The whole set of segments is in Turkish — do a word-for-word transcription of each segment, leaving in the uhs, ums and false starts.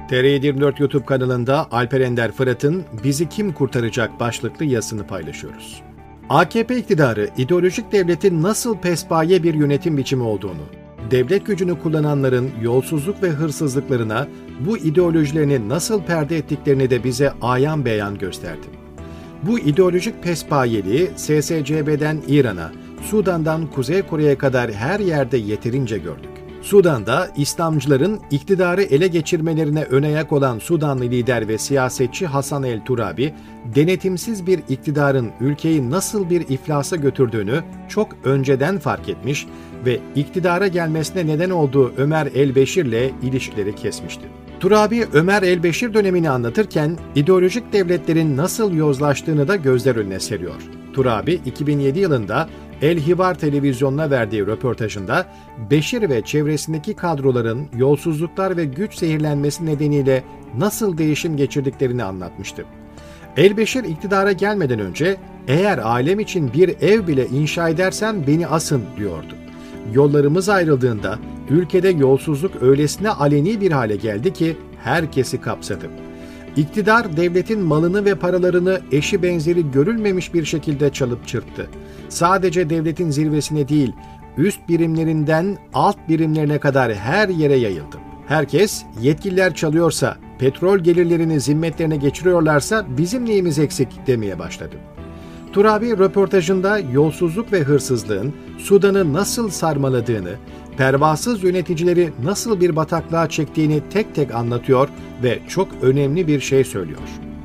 T R yedi dört YouTube kanalında Alper Ender Fırat'ın "Bizi Kim Kurtaracak?" başlıklı yazısını paylaşıyoruz. A K P iktidarı, ideolojik devletin nasıl pespaye bir yönetim biçimi olduğunu, devlet gücünü kullananların yolsuzluk ve hırsızlıklarına bu ideolojilerini nasıl perde ettiklerini de bize ayan beyan gösterdi. Bu ideolojik pespayeliği S S C B'den İran'a, Sudan'dan Kuzey Kore'ye kadar her yerde yeterince gördük. Sudan'da İslamcıların iktidarı ele geçirmelerine önayak olan Sudanlı lider ve siyasetçi Hasan el-Turabi, denetimsiz bir iktidarın ülkeyi nasıl bir iflasa götürdüğünü çok önceden fark etmiş ve iktidara gelmesine neden olduğu Ömer el-Beşir'le ilişkileri kesmişti. Turabi, Ömer el-Beşir dönemini anlatırken ideolojik devletlerin nasıl yozlaştığını da gözler önüne seriyor. Turabi, iki bin yedi yılında El Hivar televizyonuna verdiği röportajında Beşir ve çevresindeki kadroların yolsuzluklar ve güç zehirlenmesi nedeniyle nasıl değişim geçirdiklerini anlatmıştı. El-Beşir iktidara gelmeden önce "Eğer ailem için bir ev bile inşa edersem beni asın" diyordu. Yollarımız ayrıldığında ülkede yolsuzluk öylesine aleni bir hale geldi ki herkesi kapsadı. İktidar devletin malını ve paralarını eşi benzeri görülmemiş bir şekilde çalıp çırptı. Sadece devletin zirvesine değil, üst birimlerinden alt birimlerine kadar her yere yayıldı. Herkes, yetkililer çalıyorsa, petrol gelirlerini zimmetlerine geçiriyorlarsa bizim neyimiz eksik demeye başladı. Turabi röportajında yolsuzluk ve hırsızlığın Sudan'ı nasıl sarmaladığını, pervasız yöneticileri nasıl bir bataklığa çektiğini tek tek anlatıyor ve çok önemli bir şey söylüyor.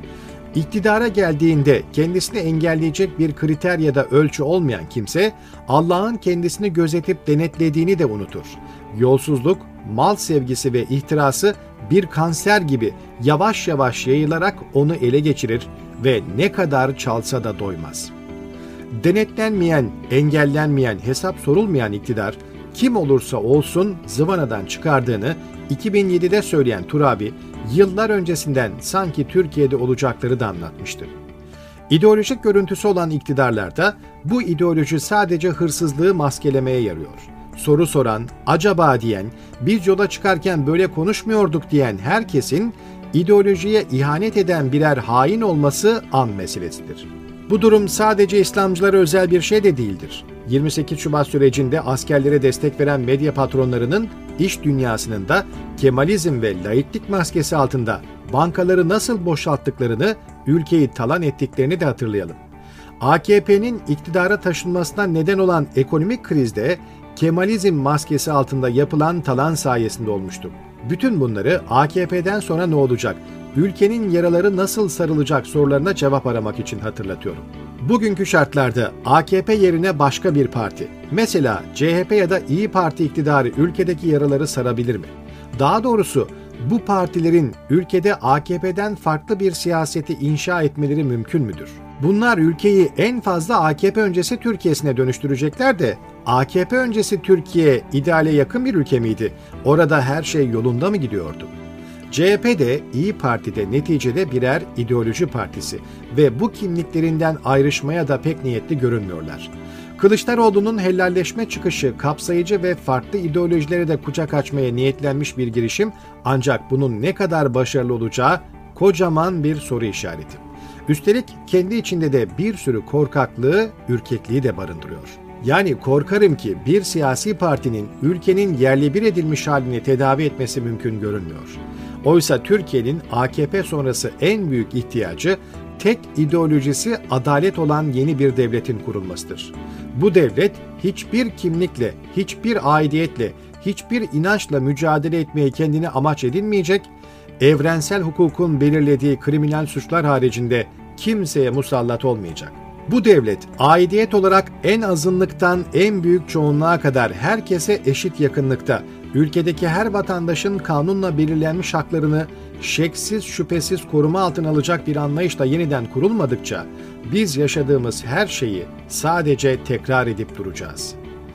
İktidara geldiğinde kendisini engelleyecek bir kriter ya da ölçü olmayan kimse, Allah'ın kendisini gözetip denetlediğini de unutur. Yolsuzluk, mal sevgisi ve ihtirası bir kanser gibi yavaş yavaş yayılarak onu ele geçirir ve ne kadar çalsa da doymaz. Denetlenmeyen, engellenmeyen, hesap sorulmayan iktidar, kim olursa olsun zıvanadan çıkardığını iki bin yedide söyleyen Turabi, yıllar öncesinden sanki Türkiye'de olacakları da anlatmıştı. İdeolojik görüntüsü olan iktidarlarda bu ideoloji sadece hırsızlığı maskelemeye yarıyor. Soru soran, acaba diyen, biz yola çıkarken böyle konuşmuyorduk diyen herkesin ideolojiye ihanet eden birer hain olması an meselesidir. Bu durum sadece İslamcılara özel bir şey de değildir. yirmi sekiz Şubat sürecinde askerlere destek veren medya patronlarının iş dünyasının da Kemalizm ve laiklik maskesi altında bankaları nasıl boşalttıklarını, ülkeyi talan ettiklerini de hatırlayalım. A K P'nin iktidara taşınmasına neden olan ekonomik krizde Kemalizm maskesi altında yapılan talan sayesinde olmuştu. Bütün bunları A K P'den sonra ne olacak, ülkenin yaraları nasıl sarılacak sorularına cevap aramak için hatırlatıyorum. Bugünkü şartlarda A K P yerine başka bir parti, mesela C H P ya da İyi Parti iktidarı ülkedeki yaraları sarabilir mi? Daha doğrusu bu partilerin ülkede A K P'den farklı bir siyaseti inşa etmeleri mümkün müdür? Bunlar ülkeyi en fazla A K P öncesi Türkiye'sine dönüştürecekler de A K P öncesi Türkiye ideale yakın bir ülke miydi? Orada her şey yolunda mı gidiyordu? C H P de İyi Parti de neticede birer ideoloji partisi ve bu kimliklerinden ayrışmaya da pek niyetli görünmüyorlar. Kılıçdaroğlu'nun helalleşme çıkışı kapsayıcı ve farklı ideolojilere de kucak açmaya niyetlenmiş bir girişim, ancak bunun ne kadar başarılı olacağı kocaman bir soru işareti. Üstelik kendi içinde de bir sürü korkaklığı, ürkekliği de barındırıyor. Yani korkarım ki bir siyasi partinin ülkenin yerli bir edilmiş halini tedavi etmesi mümkün görünmüyor. Oysa Türkiye'nin A K P sonrası en büyük ihtiyacı, tek ideolojisi adalet olan yeni bir devletin kurulmasıdır. Bu devlet hiçbir kimlikle, hiçbir aidiyetle, hiçbir inançla mücadele etmeyi kendine amaç edinmeyecek, evrensel hukukun belirlediği kriminal suçlar haricinde kimseye musallat olmayacak. Bu devlet, aidiyet olarak en azınlıktan en büyük çoğunluğa kadar herkese eşit yakınlıkta, ülkedeki her vatandaşın kanunla belirlenmiş haklarını şeksiz şüphesiz koruma altına alacak bir anlayışla yeniden kurulmadıkça, biz yaşadığımız her şeyi sadece tekrar edip duracağız.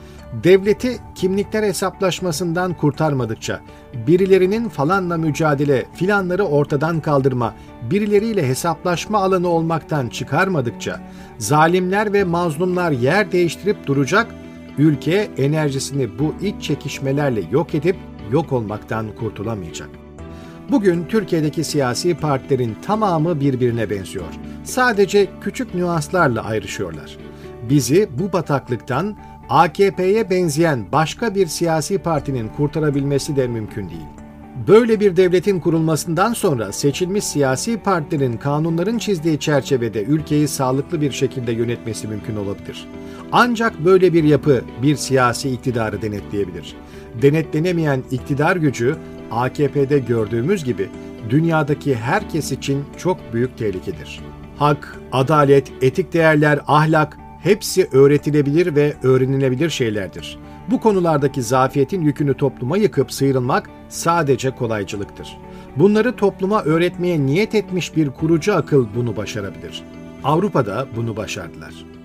Devleti kimlikler hesaplaşmasından kurtarmadıkça, birilerinin falanla mücadele, filanları ortadan kaldırma, birileriyle hesaplaşma alanı olmaktan çıkarmadıkça, zalimler ve mazlumlar yer değiştirip duracak, ülke enerjisini bu iç çekişmelerle yok edip yok olmaktan kurtulamayacak. Bugün Türkiye'deki siyasi partilerin tamamı birbirine benziyor. Sadece küçük nüanslarla ayrışıyorlar. Bizi bu bataklıktan A K P'ye benzeyen başka bir siyasi partinin kurtarabilmesi de mümkün değil. Böyle bir devletin kurulmasından sonra seçilmiş siyasi partilerin kanunların çizdiği çerçevede ülkeyi sağlıklı bir şekilde yönetmesi mümkün olabilir. Ancak böyle bir yapı bir siyasi iktidarı denetleyebilir. Denetlenemeyen iktidar gücü A K P'de gördüğümüz gibi dünyadaki herkes için çok büyük tehlikedir. Hak, adalet, etik değerler, ahlak hepsi öğretilebilir ve öğrenilebilir şeylerdir. Bu konulardaki zafiyetin yükünü topluma yıkıp sıyrılmak sadece kolaycılıktır. Bunları topluma öğretmeye niyet etmiş bir kurucu akıl bunu başarabilir. Avrupa'da bunu başardılar.